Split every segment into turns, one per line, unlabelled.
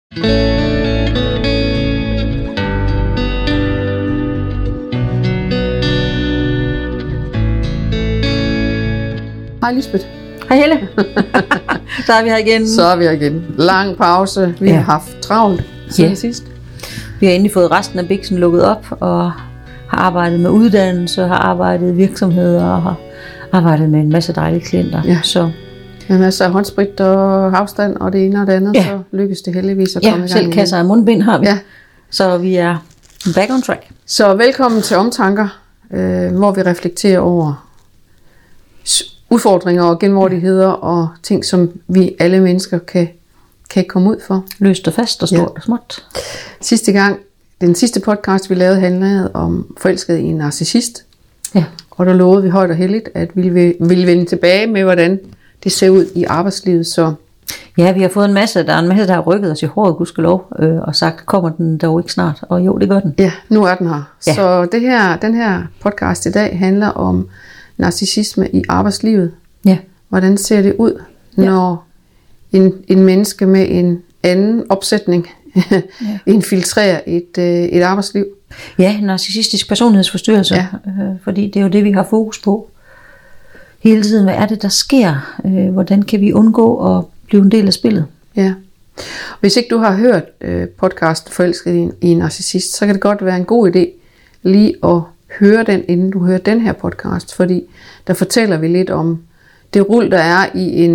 Hej Lisbeth.
Hej Helle. Så er vi her igen.
Lang pause. Vi har haft travlt siden sidst.
Vi har endelig fået resten af biksen lukket op, og har arbejdet med uddannelse, har arbejdet i virksomheder, og har arbejdet med en masse dejlige klienter.
Ja.
Så
med masser af håndsprit og afstand og det ene og det andet, så lykkes det heldigvis at komme i gang.
Selv kasser af mundbind har vi. Ja. Så vi er back on track.
Så velkommen til Omtanker, hvor vi reflekterer over udfordringer og genvordigheder og ting, som vi alle mennesker kan komme ud for.
Løst og fast og stort og småt.
Den sidste podcast, vi lavede, handlede om forelsket i en narcissist.
Ja.
Og der lovede vi højt og heldigt, at vi ville vende tilbage med, hvordan det ser ud i arbejdslivet. Så
ja, vi har fået der er en masse, der har rykket os i håret, gudskelov, og sagt, kommer den dog ikke snart? Og jo, det gør den.
Ja, nu er den her. Ja. Så den her podcast i dag handler om narcissisme i arbejdslivet. Ja. Hvordan ser det ud, når en menneske med en anden opsætning infiltrerer et arbejdsliv?
Ja, narcissistisk personlighedsforstyrrelse, fordi det er jo det, vi har fokus på hele tiden. Hvad er det, der sker? Hvordan kan vi undgå at blive en del af spillet?
Ja. Hvis ikke du har hørt podcast Forelsket i en narcissist, så kan det godt være en god idé lige at høre den, inden du hører den her podcast, fordi der fortæller vi lidt om det rul, der er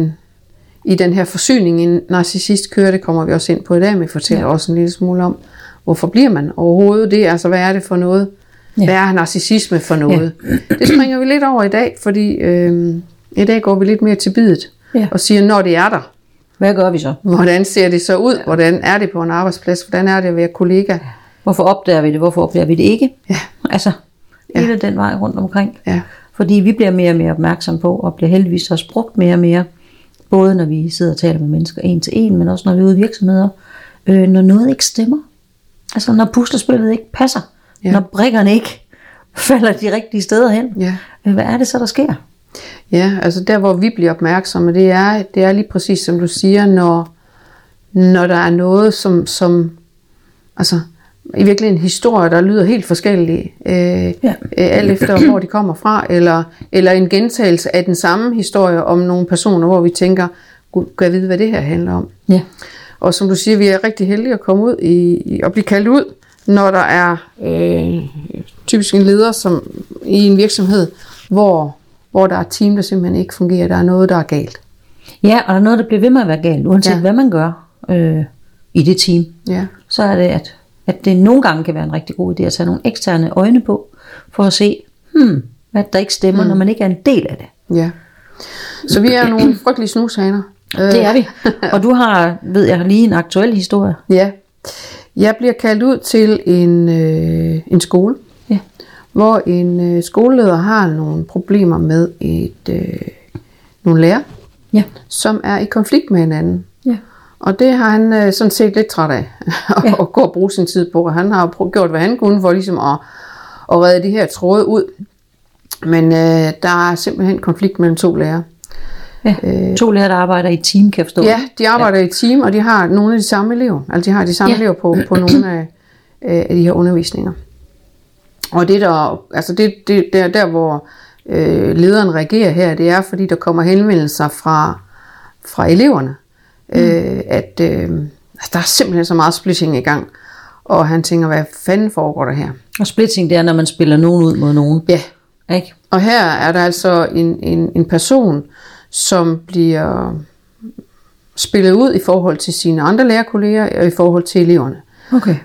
i den her forsyning, en narcissist kører. Det kommer vi også ind på i dag, men vi fortæller også en lille smule om, hvorfor bliver man overhovedet det, altså hvad er det for noget, hvad er narcissisme for noget. Det springer vi lidt over i dag, fordi i dag går vi lidt mere til biddet og siger, når det er der.
Hvad gør vi så?
Hvordan ser det så ud? Hvordan er det på en arbejdsplads? Hvordan er det at være kollega?
Hvorfor opdager vi det? Hvorfor opdager vi det ikke? Ja. Altså, hele den vej rundt omkring. Ja. Fordi vi bliver mere og mere opmærksom på, og bliver heldigvis også brugt mere og mere, både når vi sidder og taler med mennesker en til en, men også når vi er ude i virksomheder, når noget ikke stemmer. Altså når puslespillet ikke passer. Ja. Når brikkerne ikke falder de rigtige steder hen. Ja. Hvad er det så, der sker?
Ja, altså der hvor vi bliver opmærksomme, det er lige præcis som du siger, når der er noget som altså i virkeligheden en historie, der lyder helt forskellige, alt efter hvor de kommer fra, eller en gentagelse af den samme historie om nogle personer, hvor vi tænker, kan jeg vide, hvad det her handler om? Ja. Og som du siger, vi er rigtig heldige at komme ud og blive kaldt ud, når der er typisk en leder som i en virksomhed, hvor der er et team, der simpelthen ikke fungerer. Der er noget, der er galt.
Ja, og der er noget, der bliver ved med at være galt, uanset hvad man gør i det team. Ja. Så er det, at det nogle gange kan være en rigtig god idé at tage nogle eksterne øjne på, for at se, hvad der ikke stemmer, når man ikke er en del af det. Ja.
Så vi er nogle frygtelige snushaner.
Det er vi. Og du har, ved jeg, lige en aktuel historie. Ja.
Jeg bliver kaldt ud til en skole, hvor en skoleleder har nogle problemer med nogle lærere, som er i konflikt med hinanden. Ja. Og det har han sådan set lidt træt af, at gå og bruge sin tid på. Han har gjort, hvad han kunne for ligesom at redde de her tråde ud. Men der er simpelthen konflikt mellem to lærere.
Ja, to lærere, der arbejder i et team, kan jeg forstå.
Ja, de arbejder i et team, og de har nogle af de samme elever. Altså de har de samme elever på nogle af de her undervisninger. Og det der hvor lederen reagerer her, det er, fordi der kommer henvendelser fra eleverne. At der er simpelthen så meget splitting i gang. Og han tænker, hvad fanden foregår der her?
Og splitting, det er, når man spiller nogen ud mod nogen.
Ja.
Ikke?
Og her er der altså en person, som bliver spillet ud i forhold til sine andre lærerkolleger og i forhold til eleverne.
Okay.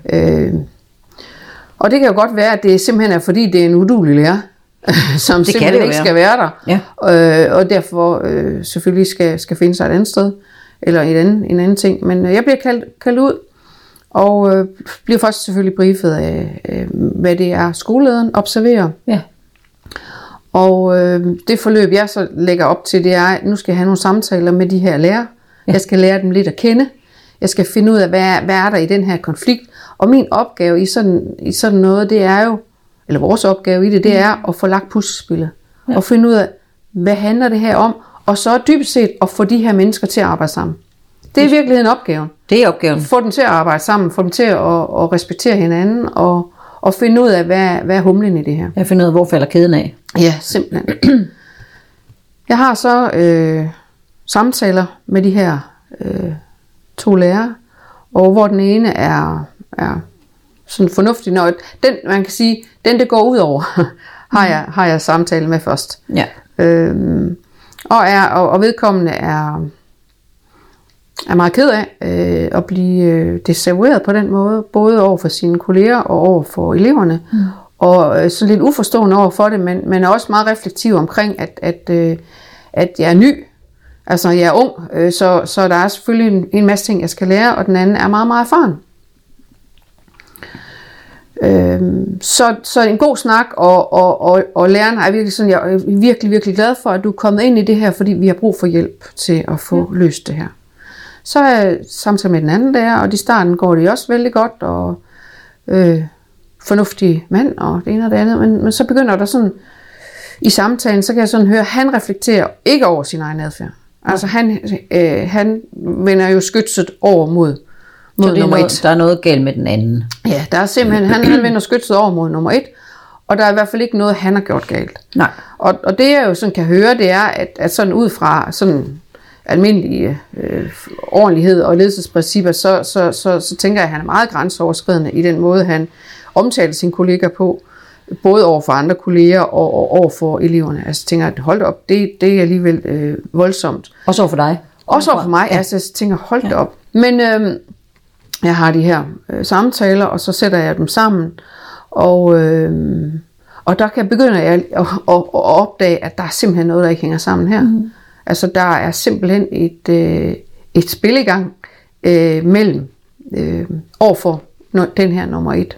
Og det kan jo godt være, at det simpelthen er, fordi det er en uduelig lærer, som det simpelthen ikke skal være der. Ja. Og derfor selvfølgelig skal finde sig et andet sted, eller en anden ting. Men jeg bliver kaldt ud, og bliver først selvfølgelig briefet af, hvad det er, skolelederen observerer. Ja. Og det forløb, jeg så lægger op til, det er, at nu skal jeg have nogle samtaler med de her lærere. Ja. Jeg skal lære dem lidt at kende. Jeg skal finde ud af, hvad er der i den her konflikt. Og min opgave i sådan noget, det er jo, eller vores opgave i det er at få lagt puslespillet. Ja. Og finde ud af, hvad handler det her om. Og så dybest set at få de her mennesker til at arbejde sammen. Det er i virkeligheden opgaven.
Det er opgaven.
Få dem til at arbejde sammen, få dem til at respektere hinanden, og finde ud af, hvad er humlen i det her.
Jeg finder ud af, hvor falder kæden af.
Ja, simpelthen. Jeg har så samtaler med de her 2 lærere, og hvor den ene er sådan fornuftig, når den, man kan sige, den det går ud over, har jeg samtale med først.
Ja.
Og vedkommende er meget ked af at blive desavoueret på den måde, både over for sine kolleger og over for eleverne, og så lidt uforstående over for det, men er også meget reflektiv omkring, at jeg er ny, altså jeg er ung, så der er selvfølgelig en masse ting, jeg skal lære, og den anden er meget, meget erfaren. Så en god snak, og læreren er virkelig sådan, jeg er virkelig, virkelig glad for, at du er kommet ind i det her, fordi vi har brug for hjælp til at få løst det her. Så er jeg samtidig med den anden der, og i starten går det også vældig godt, og fornuftig mand, og det ene og det andet, men så begynder der sådan, i samtalen, så kan jeg sådan høre, at han reflekterer ikke over sin egen adfærd. Altså han vender jo skytset over mod nummer 1.
Der er noget galt med den anden.
Ja, der er simpelthen, han vender skytset over mod nummer 1, og der er i hvert fald ikke noget, han har gjort galt.
Nej.
Og det jeg jo sådan kan høre, det er, at sådan ud fra sådan almindelige ordentlighed og ledelsesprincipper, så tænker jeg, at han er meget grænseoverskridende i den måde, han omtaler sine kolleger på, både over for andre kolleger og over for eleverne. Altså tænker jeg, hold op, det er alligevel voldsomt.
Også over for dig?
Også over for mig, ja. Altså jeg tænker, hold op. Men jeg har de her samtaler, og så sætter jeg dem sammen, og der kan jeg begynde at opdage, at der er simpelthen noget, der ikke hænger sammen her. Mm. Altså der er simpelthen et spil i gang mellem overfor den her nummer 1.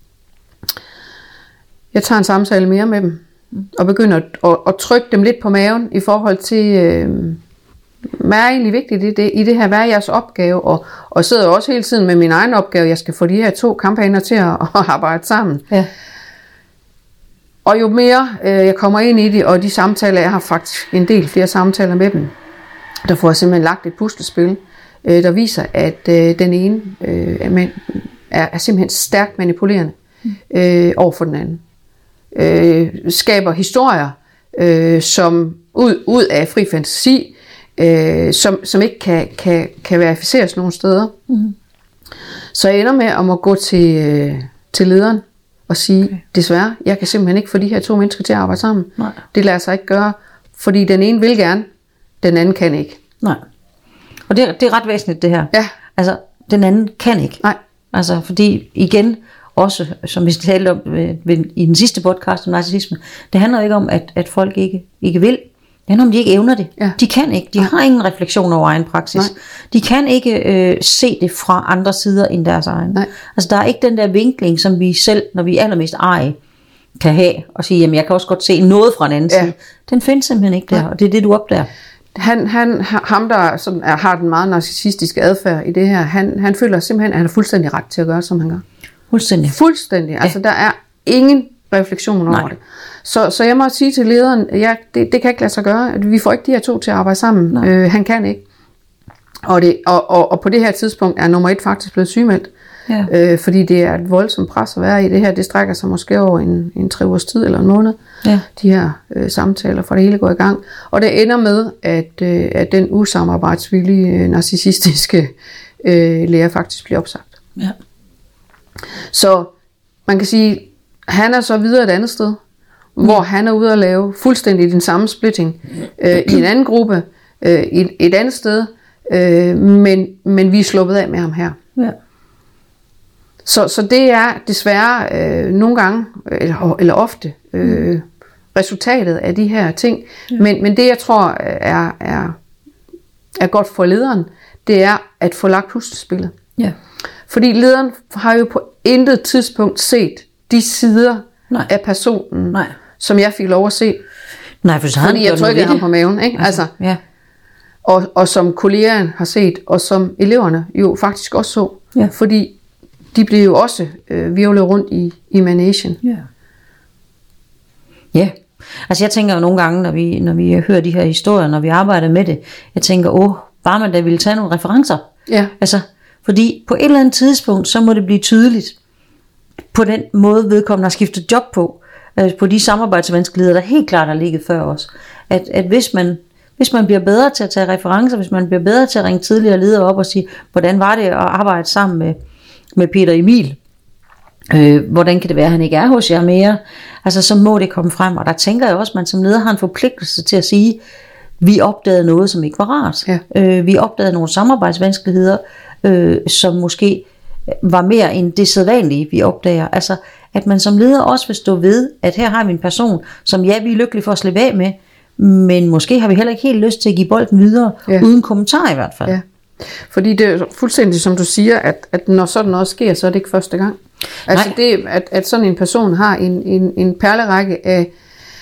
Jeg tager en samtale mere med dem, og begynder at trykke dem lidt på maven i forhold til, hvad er egentlig vigtigt i det her, hvad er jeres opgave, og sidder også hele tiden med min egen opgave, jeg skal få de her 2 kampagner til at arbejde sammen. Ja. Og jo mere jeg kommer ind i det, og de samtaler, jeg har faktisk en del flere samtaler med dem, der får jeg simpelthen lagt et puslespil, der viser, at den ene er simpelthen stærkt manipulerende over for den anden. Skaber historier, som ud af fri fantasi, som ikke kan verificeres nogen steder. Mm. Så jeg ender med at må gå til lederen og sige, okay, desværre, jeg kan simpelthen ikke få de her 2 mennesker til at arbejde sammen. Nej. Det lader sig ikke gøre, fordi den ene vil gerne, den anden kan ikke.
Nej. Og det er ret væsentligt det her.
Ja.
Altså, den anden kan ikke. Nej. Altså, fordi igen, også som vi talte om i den sidste podcast om narcissisme, det handler ikke om, at folk ikke vil. Det handler om, de ikke evner det. Ja. De kan ikke. De har ingen refleksion over egen praksis. Nej. De kan ikke se det fra andre sider end deres egen. Nej. Altså der er ikke den der vinkling, som vi selv, når vi er allermest kan have, og sige, jamen jeg kan også godt se noget fra en anden side. Den findes simpelthen ikke der, og det er det, du opdager.
Ham der sådan har den meget narcissistiske adfærd i det her, han føler simpelthen, at han har fuldstændig ret til at gøre, som han gør. Fuldstændig. Ja. Altså der er ingen refleksion over det. Så jeg må sige til lederen, det kan ikke lade sig gøre. Vi får ikke de her 2 til at arbejde sammen. Han kan ikke. Og på det her tidspunkt er nummer 1 faktisk blevet sygemeldt. Ja. Fordi det er et voldsomt pres at være i det her. Det strækker sig måske over en 3 ugers tid eller en måned. Ja. De her samtaler, for det hele går i gang. Og det ender med, at den usamarbejdsvillige, narcissistiske lærer faktisk bliver opsagt. Ja. Så man kan sige, han er så videre et andet sted, hvor han er ude at lave fuldstændig den samme splitting i en anden gruppe, et andet sted, men vi er sluppet af med ham her. Ja. Så det er desværre nogle gange, eller ofte, resultatet af de her ting. Ja. Men det jeg tror er godt for lederen, det er at få lagt puslespillet. Ja. Fordi lederen har jo på intet tidspunkt set de sider af personen, som jeg fik lov at se.
Nej, for så
fordi jeg trykkede ham på maven. Ikke? Altså, ja. Og som kollegerne har set, og som eleverne jo faktisk også så. Ja. Fordi de blev jo også virvlet rundt i managen.
Ja. Ja. Altså jeg tænker jo nogle gange, når vi hører de her historier, når vi arbejder med det, jeg tænker, bare man da ville tage nogle referencer.
Ja.
Altså, fordi på et eller andet tidspunkt, så må det blive tydeligt, på den måde vedkommende har skiftet job på de samarbejdsvanskeligheder, der helt klart har ligget før os. At hvis man bliver bedre til at tage referencer, hvis man bliver bedre til at ringe tidligere ledere op og sige, hvordan var det at arbejde sammen med Peter Emil? Hvordan kan det være, at han ikke er hos jer mere? Altså, så må det komme frem. Og der tænker jeg også, at man som leder har en forpligtelse til at sige, vi opdagede noget, som ikke var rart. Ja. Vi opdagede nogle samarbejdsvanskeligheder, som måske var mere end det sædvanlige, vi opdager. Altså, at man som leder også vil stå ved, at her har vi en person, som vi er lykkelige for at slippe af med, men måske har vi heller ikke helt lyst til at give bolden videre, uden kommentar i hvert fald. Ja.
Fordi det er fuldstændig som du siger, at når sådan noget sker, så er det ikke første gang. Altså det, at sådan en person har en perlerække af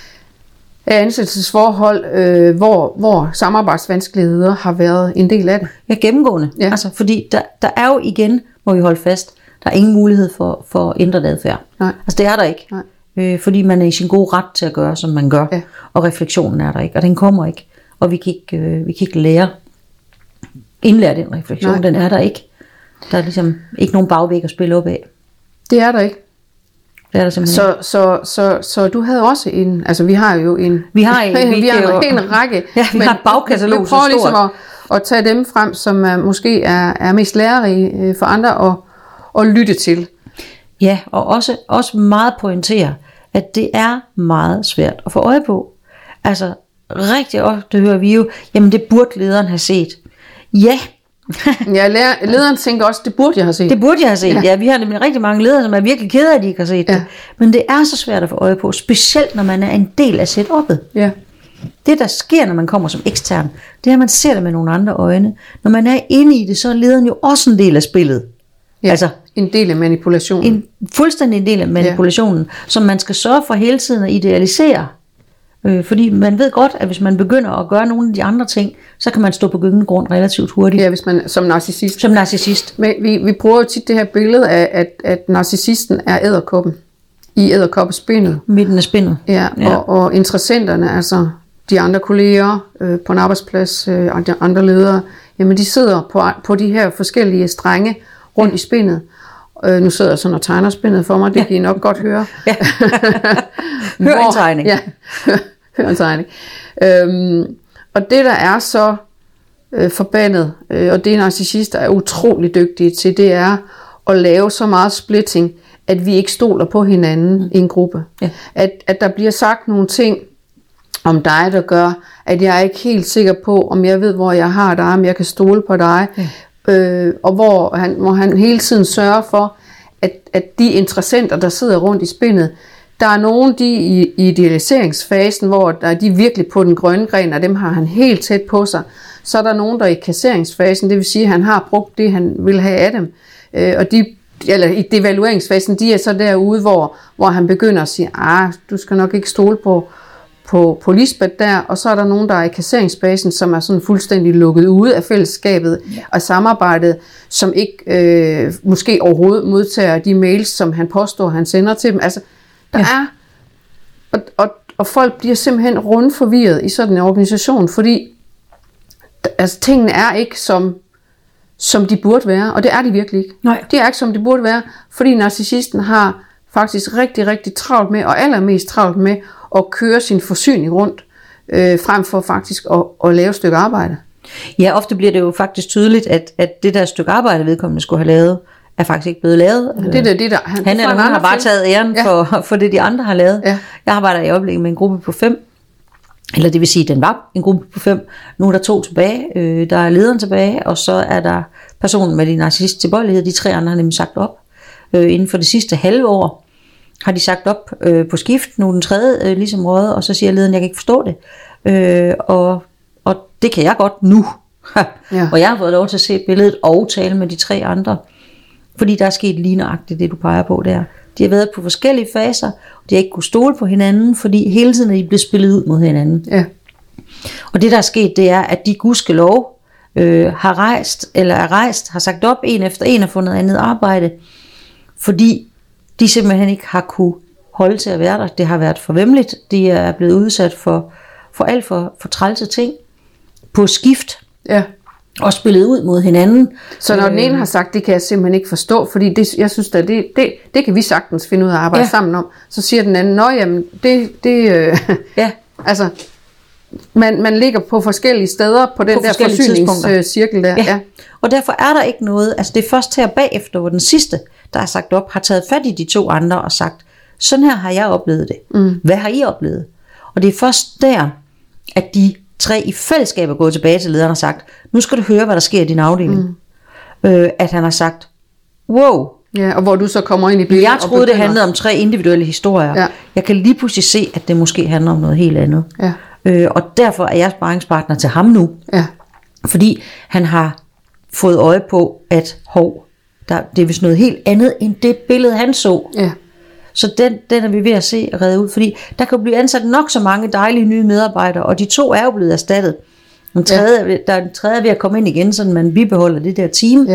ansættelsesforhold, hvor samarbejdsvanskeligheder har været en del af det.
Ja, gennemgående. Ja. Altså, fordi der er jo igen, må vi holde fast, der er ingen mulighed for ændret adfærd. Nej. Altså det er der ikke. Nej. Fordi man er i sin gode ret til at gøre, som man gør. Ja. Og refleksionen er der ikke, og den kommer ikke. Og vi kan ikke indlære den refleksion. Nej. Den er der ikke. Der er ligesom ikke nogen bagvæg at spille op af.
Det er der ikke.
Det er der simpelthen.
Så du havde også vi har jo en række.
Ja, vi har et bagkatalog.
Vi prøver ligesom at tage dem frem, som måske er mest lærerige for andre at lytte til.
Ja, og også meget pointere, at det er meget svært at få øje på. Altså rigtig ofte hører vi jo, jamen det burde lederen have set. Ja.
Ja, lederen tænker også, det burde jeg have set.
Det burde jeg have set, ja. Vi har nemlig rigtig mange ledere, som er virkelig kede af, at de ikke har set det. Men det er så svært at få øje på, specielt når man er en del af setup'et. Ja. Det der sker, når man kommer som ekstern, det er, at man ser det med nogle andre øjne. Når man er inde i det, så er lederen jo også en del af spillet.
Ja, altså en del af manipulationen.
Fuldstændig en del af manipulationen, som man skal sørge for hele tiden at idealisere. Fordi man ved godt, at hvis man begynder at gøre nogle af de andre ting, så kan man stå på gyngende grund relativt hurtigt.
Ja, hvis man som narcissist.
Som narcissist.
Men vi bruger jo tit det her billede af, at narcissisten er edderkoppen i edderkoppespindet.
Midten af spindet.
Ja, og interessenterne, altså de andre kolleger på en arbejdsplads, og de andre ledere, jamen de sidder på de her forskellige strenge rundt i spindet. Nu sidder jeg sådan og tegner spindet for mig, det kan I nok godt høre. Ja.
Hør en tegning.
Ja, hør en tegning. Og det der er så forbandet, og det narcissister er utrolig dygtige til, det er at lave så meget splitting, at vi ikke stoler på hinanden i en gruppe. Ja. At der bliver sagt nogle ting om dig, der gør, at jeg er ikke helt sikker på, om jeg ved, hvor jeg har dig, om jeg kan stole på dig. Ja. Og hvor han hele tiden sørger for, at de interessenter, der sidder rundt i spindet, der er nogen, de i idealiseringsfasen, hvor der er de virkelig på den grønne gren, og dem har han helt tæt på sig. Så er der nogen, der er i kasseringsfasen, det vil sige, at han har brugt det, han vil have af dem. Og i devalueringsfasen, de er så derude, hvor han begynder at sige, du skal nok ikke stole på Lisbeth der, og så er der nogen, der er i kasseringsbasen, som er sådan fuldstændig lukket ude af fællesskabet og samarbejdet, som ikke måske overhovedet modtager de mails, som han påstår, han sender til dem. Altså, der er, og folk bliver simpelthen rundforvirret i sådan en organisation, fordi altså, tingene er ikke som de burde være, og det er de virkelig ikke. Nej. De er ikke, som de burde være, fordi narcissisten har faktisk rigtig, rigtig travlt med, og allermest travlt med, at køre sin forsyning rundt, frem for faktisk at lave et stykke arbejde.
Ja, ofte bliver det jo faktisk tydeligt, at det der stykke arbejde, vedkommende skulle have lavet, er faktisk ikke blevet lavet. Han eller hun har bare taget æren for det, de andre har lavet. Ja. Jeg arbejder i øjeblikket med en gruppe på 5, eller det vil sige, at den var en gruppe på 5. Nu er der 2 tilbage, der er lederen tilbage, og så er der personen med de narcissistiske tilbøjeligheder. De 3 andre har nemlig sagt op. Inden for det sidste halve år har de sagt op på skift. Nu er den 3. ligesom røget, og så siger lederen, jeg kan ikke forstå det. Og det kan jeg godt nu. Ja. Og jeg har fået lov til at se billedet og tale med de 3 andre. Fordi der er sket lige nøjagtigt det, du peger på der. De har været på forskellige faser, og de har ikke kunnet stole på hinanden, fordi hele tiden er de blevet spillet ud mod hinanden. Ja. Og det, der er sket, det er, at de gudskelov har rejst, har sagt op en efter en og fundet andet arbejde, fordi de simpelthen ikke har kunne holde til at være der. Det har været for væmmeligt. De er blevet udsat for alt for trælse ting på skift. Ja. Og spillet ud mod hinanden.
Så når den ene har sagt, det kan jeg simpelthen ikke forstå, fordi jeg synes da, det kan vi sagtens finde ud af at arbejde sammen om, så siger den anden, nå jamen, altså, man ligger på forskellige steder på den der forsyningscirkel der.
Ja. Og derfor er der ikke noget, altså det er først her bagefter, hvor den sidste, der er sagt op, har taget fat i de 2 andre og sagt, sådan her har jeg oplevet det. Hvad har I oplevet? Og det er først der, at de 3 i fællesskab er gået tilbage til lederen og sagt, nu skal du høre, hvad der sker i din afdeling. At han har sagt, wow.
Ja, og hvor du så kommer ind i billedet.
Jeg troede, det handlede om 3 individuelle historier. Ja. Jeg kan lige pludselig se, at det måske handler om noget helt andet. Ja. Og derfor er jeg sparringspartner til ham nu. Ja. Fordi han har fået øje på, at det er vist noget helt andet, end det billede, han så. Ja. Så den er vi ved at se og redde ud, fordi der kan blive ansat nok så mange dejlige nye medarbejdere, og de 2 er jo blevet erstattet. Der er den tredje ved at komme ind igen, så man bibeholder det der team,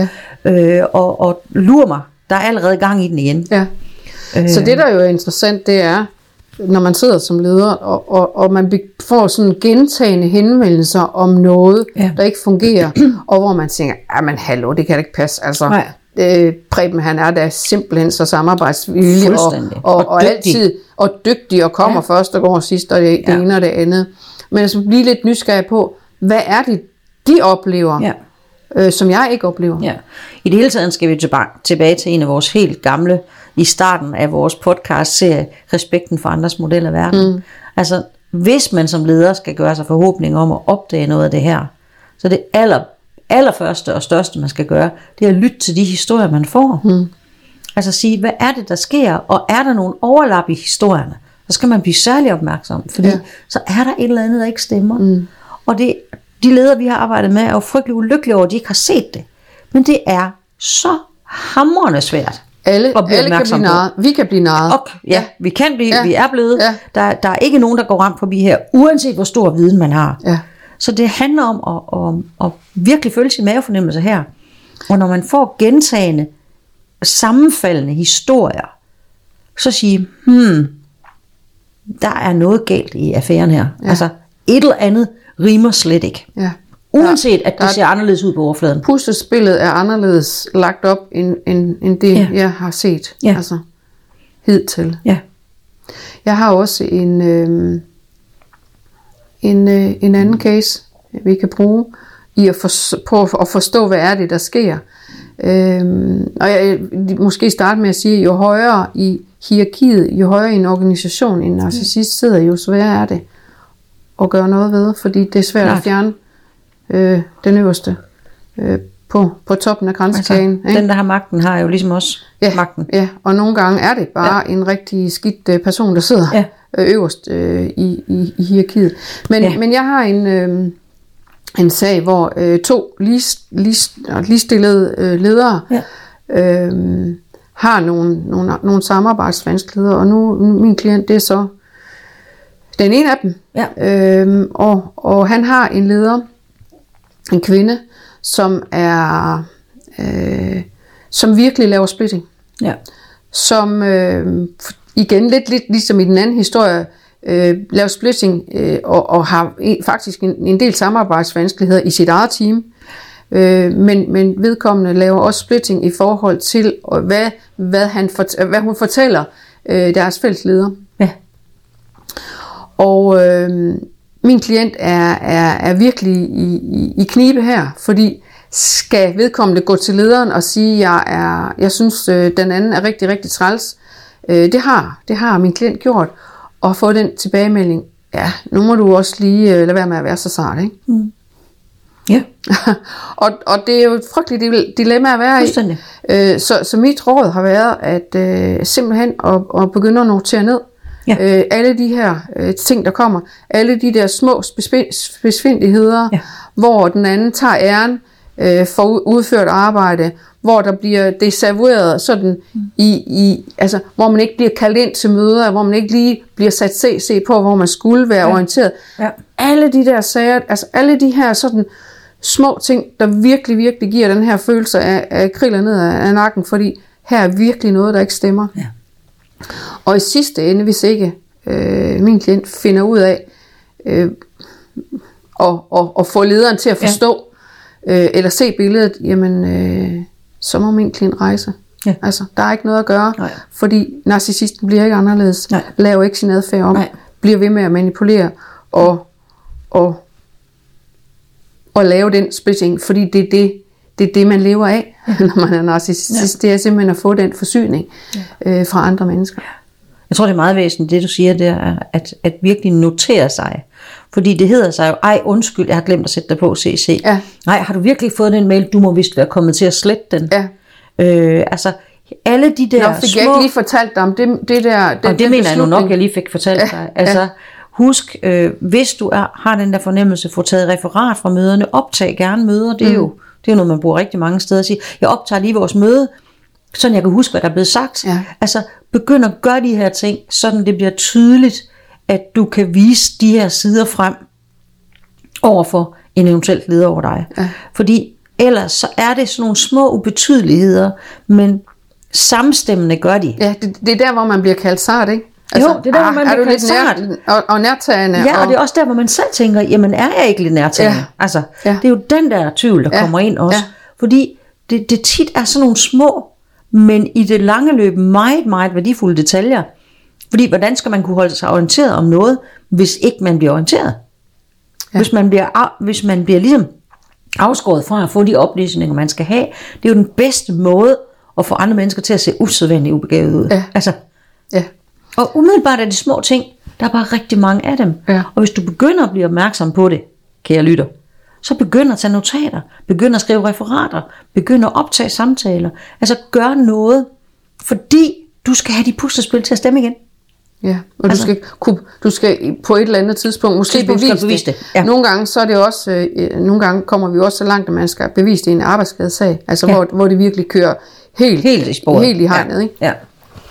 og lurer mig, der er allerede gang i den igen. Ja.
Så det, der jo er interessant, det er, når man sidder som leder, og man får sådan gentagende henvendelser om noget, der ikke fungerer, og hvor man tænker, men hallo, det kan da ikke passe, altså. Preben, han er da simpelthen så samarbejdsvillig og altid og dygtig og kommer først og går sidst og det ene og det andet. Men altså blive lidt nysgerrig på, hvad er det, de oplever, som jeg ikke oplever. Ja.
I det hele taget skal vi tilbage til en af vores helt gamle, i starten af vores podcast-serie, Respekten for andres model af verden. Altså, hvis man som leder skal gøre sig forhåbning om at opdage noget af det her, så det allerførste og største, man skal gøre, det er at lytte til de historier, man får. Altså sige, hvad er det, der sker, og er der nogle overlap i historierne, så skal man blive særlig opmærksom, fordi så er der et eller andet, der ikke stemmer. Og de ledere, vi har arbejdet med, er jo frygtelig ulykkelige over, at de ikke har set det. Men det er så hamrende svært.
Alle kan blive narret. Vi kan blive narret.
Vi kan blive, vi er blevet. Ja. Der er ikke nogen, der går ramt forbi her, uanset hvor stor viden man har. Ja. Så det handler om at virkelig føle sin mavefornemmelse her. Og når man får gentagende, sammenfaldende historier, så sige, der er noget galt i affæren her. Ja. Altså et eller andet rimer slet ikke. Ja. Uanset at det ser anderledes ud på overfladen.
Puslespillet er anderledes lagt op, end det jeg har set. Ja. Altså hidtil. Ja. Jeg har også en anden case, vi kan bruge i at forstå, hvad er det, der sker. Og jeg måske starte med at sige, jo højere i hierarkiet, jo højere i en organisation en narcissist sidder, jo sværere er det at gøre noget ved, fordi det er svært at fjerne den øverste på toppen af kransekagen.
Altså, den, der har magten, har jo ligesom også magten. Ja,
og nogle gange er det bare en rigtig skidt person, der sidder øverst i hierarkiet. Men jeg har en sag, hvor 2 ligestillede ledere har nogle samarbejdsvanskeligheder, og nu min klient, det er så den ene af dem. Ja. Og han har en leder, en kvinde, som er som virkelig laver splitting. Ja. Som igen lidt ligesom i den anden historie laver splitting og har faktisk en del samarbejdsvanskeligheder i sit eget team. Men vedkommende laver også splitting i forhold til hvad hun fortæller deres fællesleder. Ja. Og min klient er virkelig i knibe her, fordi skal vedkommende gå til lederen og sige, jeg synes den anden er rigtig, rigtig træls. Det har min klient gjort, og få den tilbagemelding. Ja, nu må du også lige lade være med at være så sart, ikke? Mm. Ja. og det er jo et frygteligt dilemma at være i. Så mit råd har været at simpelthen at begynde at notere ned. Ja. Alle de her ting, der kommer, alle de der små spidsfindigheder, hvor den anden tager æren for udført arbejde, hvor der bliver desavoueret sådan altså hvor man ikke bliver kaldt ind til møder, hvor man ikke lige bliver sat CC på, hvor man skulle være orienteret. Ja. Alle de der sager, altså alle de her sådan små ting, der virkelig, virkelig giver den her følelse af kriller ned af nakken, fordi her er virkelig noget, der ikke stemmer. Ja. Og i sidste ende, hvis ikke min klient finder ud af at få lederen til at forstå, eller se billedet, jamen, så må min klient rejse. Ja. Altså, der er ikke noget at gøre, fordi narcissisten bliver ikke anderledes, laver ikke sin adfærd om, bliver ved med at manipulere og lave den splitting, fordi det er det, man lever af, når man er narcissist. Det er simpelthen at få den forsyning fra andre mennesker.
Jeg tror, det er meget væsentligt, det du siger, det er at virkelig notere sig. Fordi det hedder sig jo, ej undskyld, jeg har glemt at sætte dig på CC. Ja. Nej, har du virkelig fået den mail, du må vist være kommet til at slette den. Ja. Altså, alle de der
fik jeg ikke lige fortalt dig om det der.
Og det mener jeg nu nok, jeg lige fik fortalt dig. Altså, husk, hvis du har den der fornemmelse, få taget referat fra møderne, optag gerne møder, det er jo noget, man bruger rigtig mange steder at sige. Jeg optager lige vores møde, sådan jeg kan huske, hvad der er blevet sagt. Ja. Altså, begynd at gøre de her ting, sådan det bliver tydeligt, at du kan vise de her sider frem overfor en eventuelt leder over dig. Ja. Fordi ellers så er det sådan nogle små ubetydeligheder, men samstemmende gør de.
Ja, det er der, hvor man bliver kaldt sart, ikke? Altså,
jo, det er der, hvor man bliver kaldt sart.
Og nærtagende.
Ja, og det er også der, hvor man selv tænker, jamen er jeg ikke lidt nærtagende? Ja. Altså, det er jo den der tvivl, der kommer ind også. Ja. Fordi det tit er sådan nogle små, men i det lange løb meget, meget værdifulde detaljer. Fordi hvordan skal man kunne holde sig orienteret om noget, hvis ikke man bliver orienteret? Ja. Hvis man bliver ligesom afskåret fra at få de oplysninger, man skal have, det er jo den bedste måde at få andre mennesker til at se usædvanligt ubegavet ud. Ja. Altså, og umiddelbart er de små ting, der er bare rigtig mange af dem. Ja. Og hvis du begynder at blive opmærksom på det, kære lytter, så begynd at tage notater, begynd at skrive referater, begynd at optage samtaler. Altså gør noget, fordi du skal have de puslespil til at stemme igen.
Ja, og du skal på et eller andet tidspunkt måske bevise det. Ja. Nogle gange så er det også, nogle gange kommer vi også så langt, at man skal bevise det i en arbejdsskadesag, altså hvor det virkelig kører helt i sporet, helt i hegnet, ikke? Ja.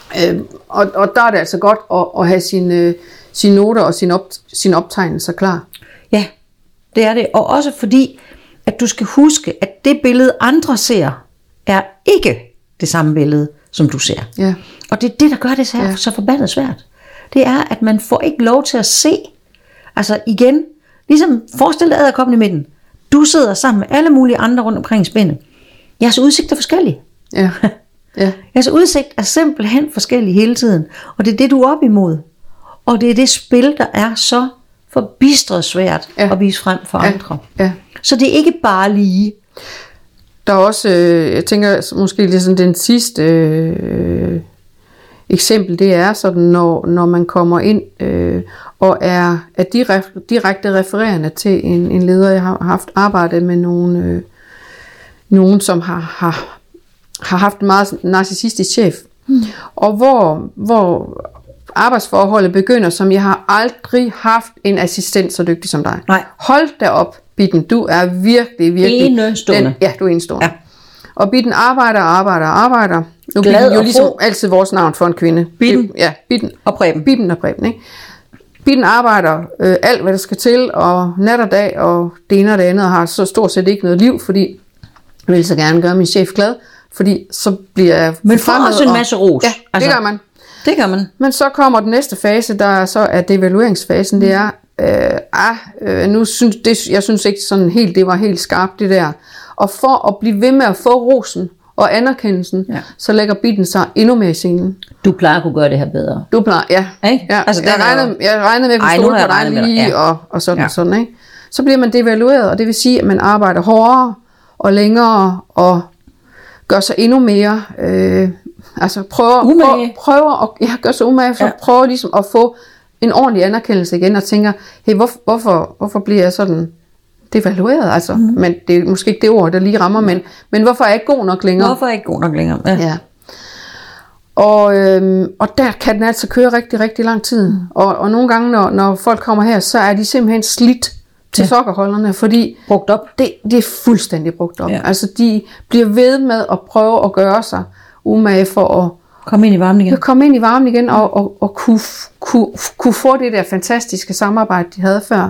Og der er det altså godt at have sine noter og sin optegnelser klar.
Ja, det er det, og også fordi at du skal huske, at det billede andre ser er ikke det samme billede som du ser. Ja. Og det er det, der gør det så forbandet svært. Det er, at man får ikke lov til at se. Altså igen, ligesom forestil dig edderkoppen i midten. Du sidder sammen med alle mulige andre rundt omkring spændet. Jeres udsigt er forskellige. Ja. Ja. Jeres udsigt er simpelthen forskellig hele tiden. Og det er det, du er op imod. Og det er det spil, der er så forbistret svært at vise frem for andre. Ja. Så det er ikke bare lige.
Der er også, jeg tænker måske ligesom den sidste eksempel, det er sådan, når man kommer ind og er direkte refererende til en leder. Jeg har haft arbejdet med nogen som har haft en meget narcissistisk chef. Og hvor arbejdsforholdet begynder, som jeg har aldrig haft en assistent så dygtig som dig. Nej. Hold da op, Bitten. Du er virkelig
enestående.
Ja, du er enestående. Ja. Og Bitten arbejder. Nu bliver det jo ligesom altid vores navn for en kvinde.
Bitten.
Ja, Bitten.
Og Preben.
Bitten og Preben, ikke? Bitten arbejder alt, hvad der skal til, og nat og dag, og det ene og det andet, og har så stort set ikke noget liv, fordi jeg vil så gerne gøre min chef glad, fordi så bliver jeg
men får også en masse ros.
Ja, altså, det gør man.
Det.
Men så kommer den næste fase, der så er devalueringsfasen, det er, jeg synes ikke sådan helt, det var helt skarpt det der. Og for at blive ved med at få rosen og anerkendelsen, så lægger Bitten sig endnu mere i scenen.
Du plejer at kunne gøre det her bedre.
Du plejer, ja. Altså, jeg regnede med, at vi stod på dig lige, og sådan, ikke? Så bliver man devalueret, og det vil sige, at man arbejder hårdere og længere, og gør sig endnu mere, altså prøver at gøre sig umage, så prøver ligesom at få en ordentlig anerkendelse igen, og tænker, hey, hvorfor bliver jeg sådan devalueret, altså, men det er måske ikke det ord, der lige rammer, men hvorfor er jeg ikke god nok længere? Ja. Og der kan den altså køre rigtig, rigtig lang tid, og nogle gange, når folk kommer her, så er de simpelthen slidt til sokkerholderne, fordi
brugt op.
Det er fuldstændig brugt op. Ja. Altså de bliver ved med at prøve at gøre sig umage for at
komme ind i varmen igen,
og kunne få det der fantastiske samarbejde, de havde før.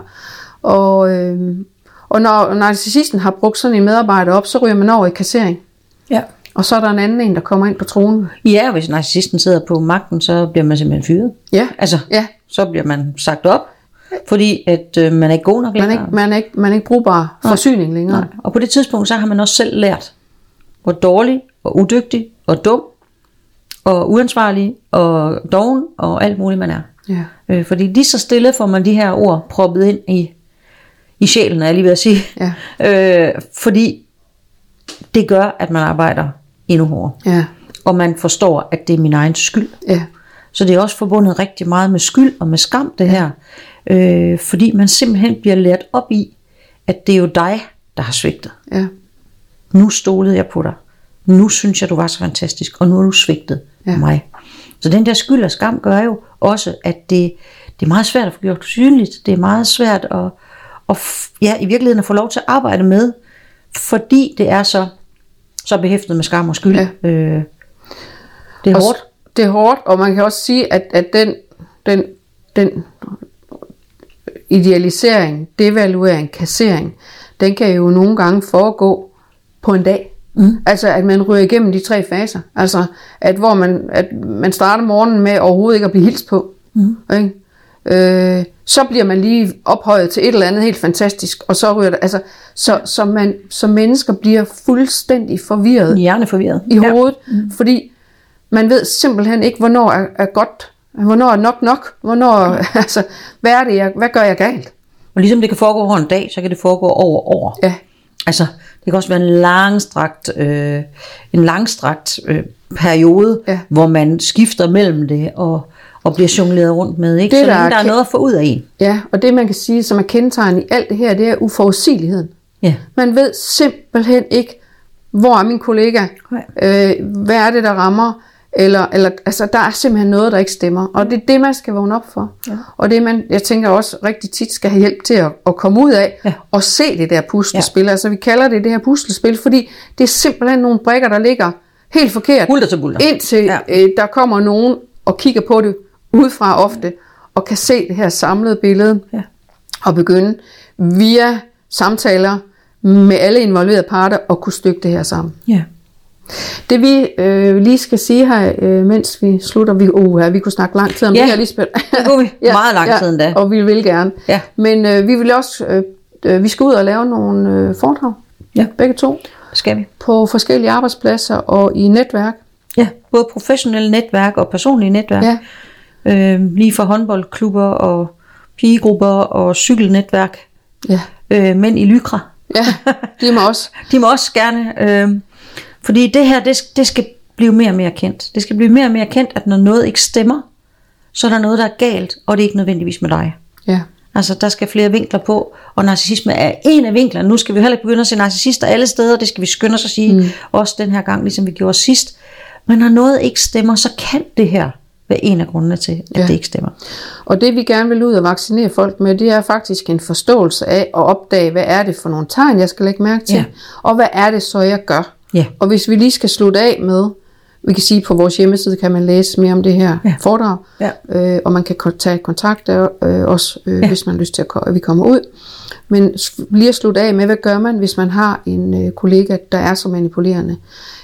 Og når narcissisten har brugt sådan en medarbejder op, så ryger man over i kassering. Ja. Og så er der en anden en, der kommer ind på tronen.
Ja, hvis narcissisten sidder på magten, så bliver man simpelthen fyret.
Ja.
Altså, så bliver man sagt op. Fordi at man er ikke god nok længere.
Man er ikke brugbar forsyning længere.
Nej. Og på det tidspunkt, så har man også selv lært, hvor dårlig og udygtig og dum og uansvarlig og doven og alt muligt man er.
Ja.
Fordi lige så stille får man de her ord proppet ind i sjælen, er jeg lige ved at sige.
Ja.
Fordi det gør, at man arbejder endnu hårdere.
Ja.
Og man forstår, at det er min egen skyld.
Ja.
Så det er også forbundet rigtig meget med skyld og med skam, det her. Fordi man simpelthen bliver lært op i, at det er jo dig, der har svigtet.
Ja.
Nu stolede jeg på dig. Nu synes jeg, du var så fantastisk, og nu har du svigtet mig. Så den der skyld og skam gør jo også, at det er meget svært at få gjort synligt. Det er meget svært at i virkeligheden at få lov til at arbejde med, fordi det er så behæftet med skam og skyld. Ja. Det er hårdt.
Det er hårdt, og man kan også sige, at den idealisering, devaluering, kassering, den kan jo nogle gange foregå på en dag. Altså at man ryger igennem de 3 faser. Altså at man starter morgenen med overhovedet ikke at blive hilst på. Ikke? Så bliver man lige ophøjet til et eller andet helt fantastisk, og så ryger det. Altså så man som mennesker bliver fuldstændig forvirret.
Hjerneforvirret
i hovedet, fordi man ved simpelthen ikke, hvornår er godt, hvornår er nok, hvornår, altså, hvad gør jeg galt?
Og ligesom det kan foregå over en dag, så kan det foregå over år.
Ja.
Altså, det kan også være en langstrakt periode, hvor man skifter mellem det, og bliver jongleret rundt med, ikke? Så der er noget at få ud af en.
Ja, og det man kan sige, som er kendetegnet i alt det her, det er uforudsigeligheden.
Ja.
Man ved simpelthen ikke, hvor er min kollega, hvad er det, der rammer, eller altså, der er simpelthen noget, der ikke stemmer, og det er det, man skal vågne op for. Ja. Og det jeg tænker også rigtig tit skal have hjælp til at komme ud af, og se det der puslespil. Altså vi kalder det her puslespil, fordi det er simpelthen nogle brikker, der ligger helt forkert, indtil der kommer nogen og kigger på det udefra ofte, og kan se det her samlede billede, og begynde via samtaler med alle involverede parter, at kunne stykke det her sammen.
Ja.
Det vi lige skal sige her, mens vi slutter, vi kunne snakke lang tid om det her, Lisbeth.
Det kunne vi. Meget lang tid endda.
Og vi vil gerne. Ja. Men vi vil også, vi skal ud og lave nogle foredrag. Ja. Begge to.
Skal vi.
På forskellige arbejdspladser og i netværk.
Ja, både professionelle netværk og personlige netværk. Ja. Lige for håndboldklubber og pigegrupper og cykelnetværk. Ja. Mænd i Lycra.
Ja, de må også.
De må også gerne. Fordi det her, det skal blive mere og mere kendt. Det skal blive mere og mere kendt, at når noget ikke stemmer, så er der noget, der er galt, og det er ikke nødvendigvis med dig.
Ja.
Altså, der skal flere vinkler på, og narcissisme er en af vinklerne. Nu skal vi heller ikke begynde at se narcissister alle steder, det skal vi skynde os at sige, også den her gang, ligesom vi gjorde sidst. Men når noget ikke stemmer, så kan det her være en af grundene til, at det ikke stemmer. Og
det vi gerne vil ud og vaccinere folk med, det er faktisk en forståelse af at opdage, hvad er det for nogle tegn, jeg skal lægge mærke til, og hvad er det så, jeg gør. Ja. Og hvis vi lige skal slutte af med, vi kan sige på vores hjemmeside, kan man læse mere om det her foredrag, og man kan tage kontakt også, hvis man har lyst til, at vi kommer ud. Men lige at slutte af med, hvad gør man, hvis man har en kollega, der er så manipulerende.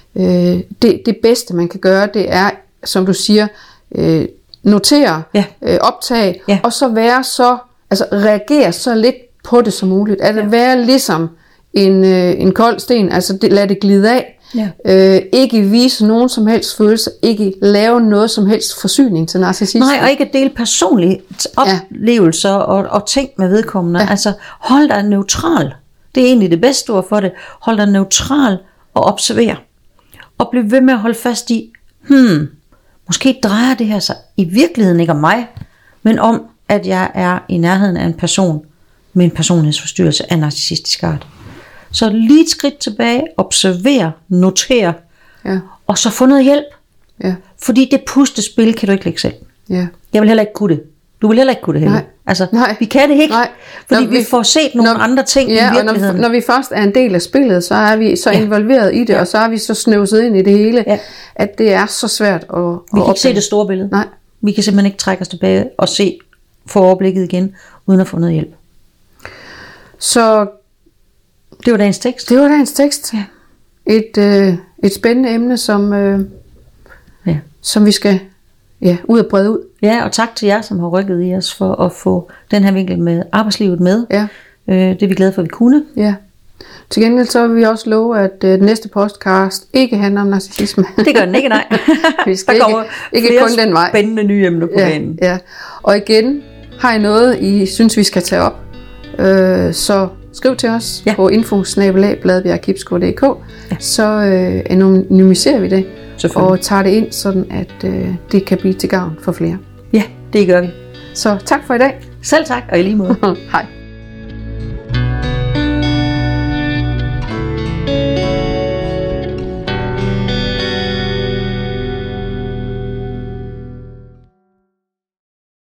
Det bedste, man kan gøre, det er, som du siger, notere, optage, og så være reagere så lidt på det som muligt. At være ligesom en kold sten, altså lad det glide af. Ja. Ikke vise nogen som helst følelse, ikke lave noget som helst forsyning til narcissisme.
Nej, og ikke dele personlige oplevelser og ting med vedkommende. Ja. Altså hold dig neutral. Det er egentlig det bedste ord for det. Hold dig neutral og observer. Og bliv ved med at holde fast i, måske drejer det her sig i virkeligheden ikke om mig, men om, at jeg er i nærheden af en person med en personlighedsforstyrrelse af narcissistisk art. Så lige et skridt tilbage, observer, noter, og så få noget hjælp. Ja. Fordi det pustespil kan du ikke lægge selv. Ja. Jeg vil heller ikke kunne det. Du vil heller ikke kunne det heller. Altså, vi kan det ikke, fordi vi får set nogle andre ting i virkeligheden.
Og når vi først er en del af spillet, så er vi så involveret i det, og så er vi så snøvset ind i det hele, at det er så svært at
vi kan ikke se det store billede. Nej. Vi kan simpelthen ikke trække os tilbage og få overblikket igen, uden at få noget hjælp.
Så
det var dagens tekst.
Det var dagens tekst. Ja. Et spændende emne, som vi skal ud og brede ud.
Ja, og tak til jer, som har rykket i os for at få den her vinkel med arbejdslivet med.
Ja.
Det er vi glade for, at vi kunne.
Ja. Til gengæld så vil vi også love, at den næste podcast ikke handler om narcissisme.
Det gør den ikke, nej.
Vi skal ikke kun den vej.
Spændende nye emner på banen.
Ja. Og igen, har I noget, I synes, vi skal tage op, så skriv til os på info@bladbjergkibsgård.dk, så anonymiserer vi det og tager det ind, sådan at det kan blive til gavn for flere.
Ja, det gør vi.
Så tak for i dag.
Selv tak, og i lige måde.
Hej.